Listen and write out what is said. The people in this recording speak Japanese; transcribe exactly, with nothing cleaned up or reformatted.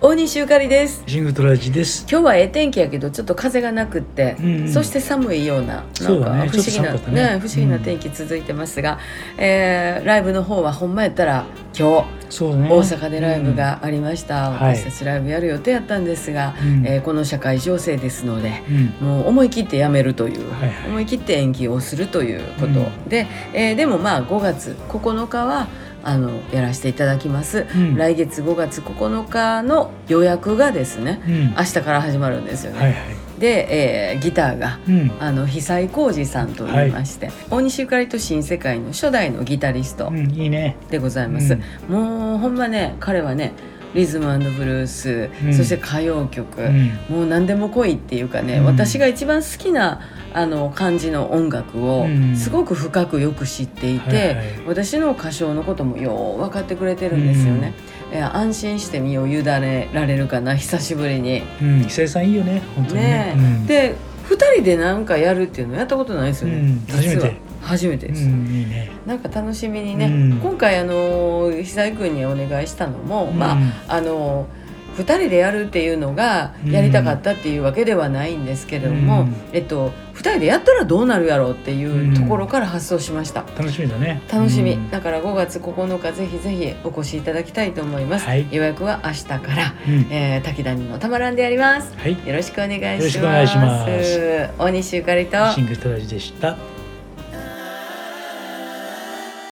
大西ゆかりです。 シングトラジです。 今日はええ天気やけどちょっと風がなくって、うんうん、そして寒いような、なんか不思議な、ねね、不思議な天気続いてますが、うんえー、ライブの方はほんまやったら今日そうね、大阪でライブがありました、うん、私たちライブやる予定やったんですが、はいえー、この社会情勢ですので、うん、もう思い切ってやめるという、はいはい、思い切って延期をするということ、うん、で、えー、でもまあごがつここのかはあのやらせていただきます、うん、来月ごがつここのかの予約がですね、うん、明日から始まるんですよね、はいはい、で、えー、ギターが、うん、あの久井浩二さんといいまして、はい、大西ゆかりと新世界の初代のギタリストでございます、うん、いいね、もうほんまね彼はねリズム&ブルース、うん、そして歌謡曲、うん、もう何でも来いっていうかね、うん、私が一番好きなあの感じの音楽をすごく深くよく知っていて、うんはいはい、私の歌唱のこともよう分かってくれてるんですよね、うん、安心して身を委ねられるかな久しぶりに、 うん、久井さんいいよね本当に ね, ね、 うん、でふたりでなんかやるっていうのやったことないですよね、うん、 初めて初めてです、うん、いいね、なんか楽しみにね、うん、今回あの久井君にお願いしたのも、うん、まああのふたりでやるっていうのがやりたかったっていうわけではないんですけれども、うんえっと、ふたりでやったらどうなるやろうっていうところから発想しました、 うん、楽しみだね楽しみ、うん、だからごがつここのかぜひぜひお越しいただきたいと思います、はい、予約は明日から、うんえー、滝谷のたまらんでやります、はい、よろしくお願いします。 よろしくお願いします。 大西ゆかりとシングトラジでした。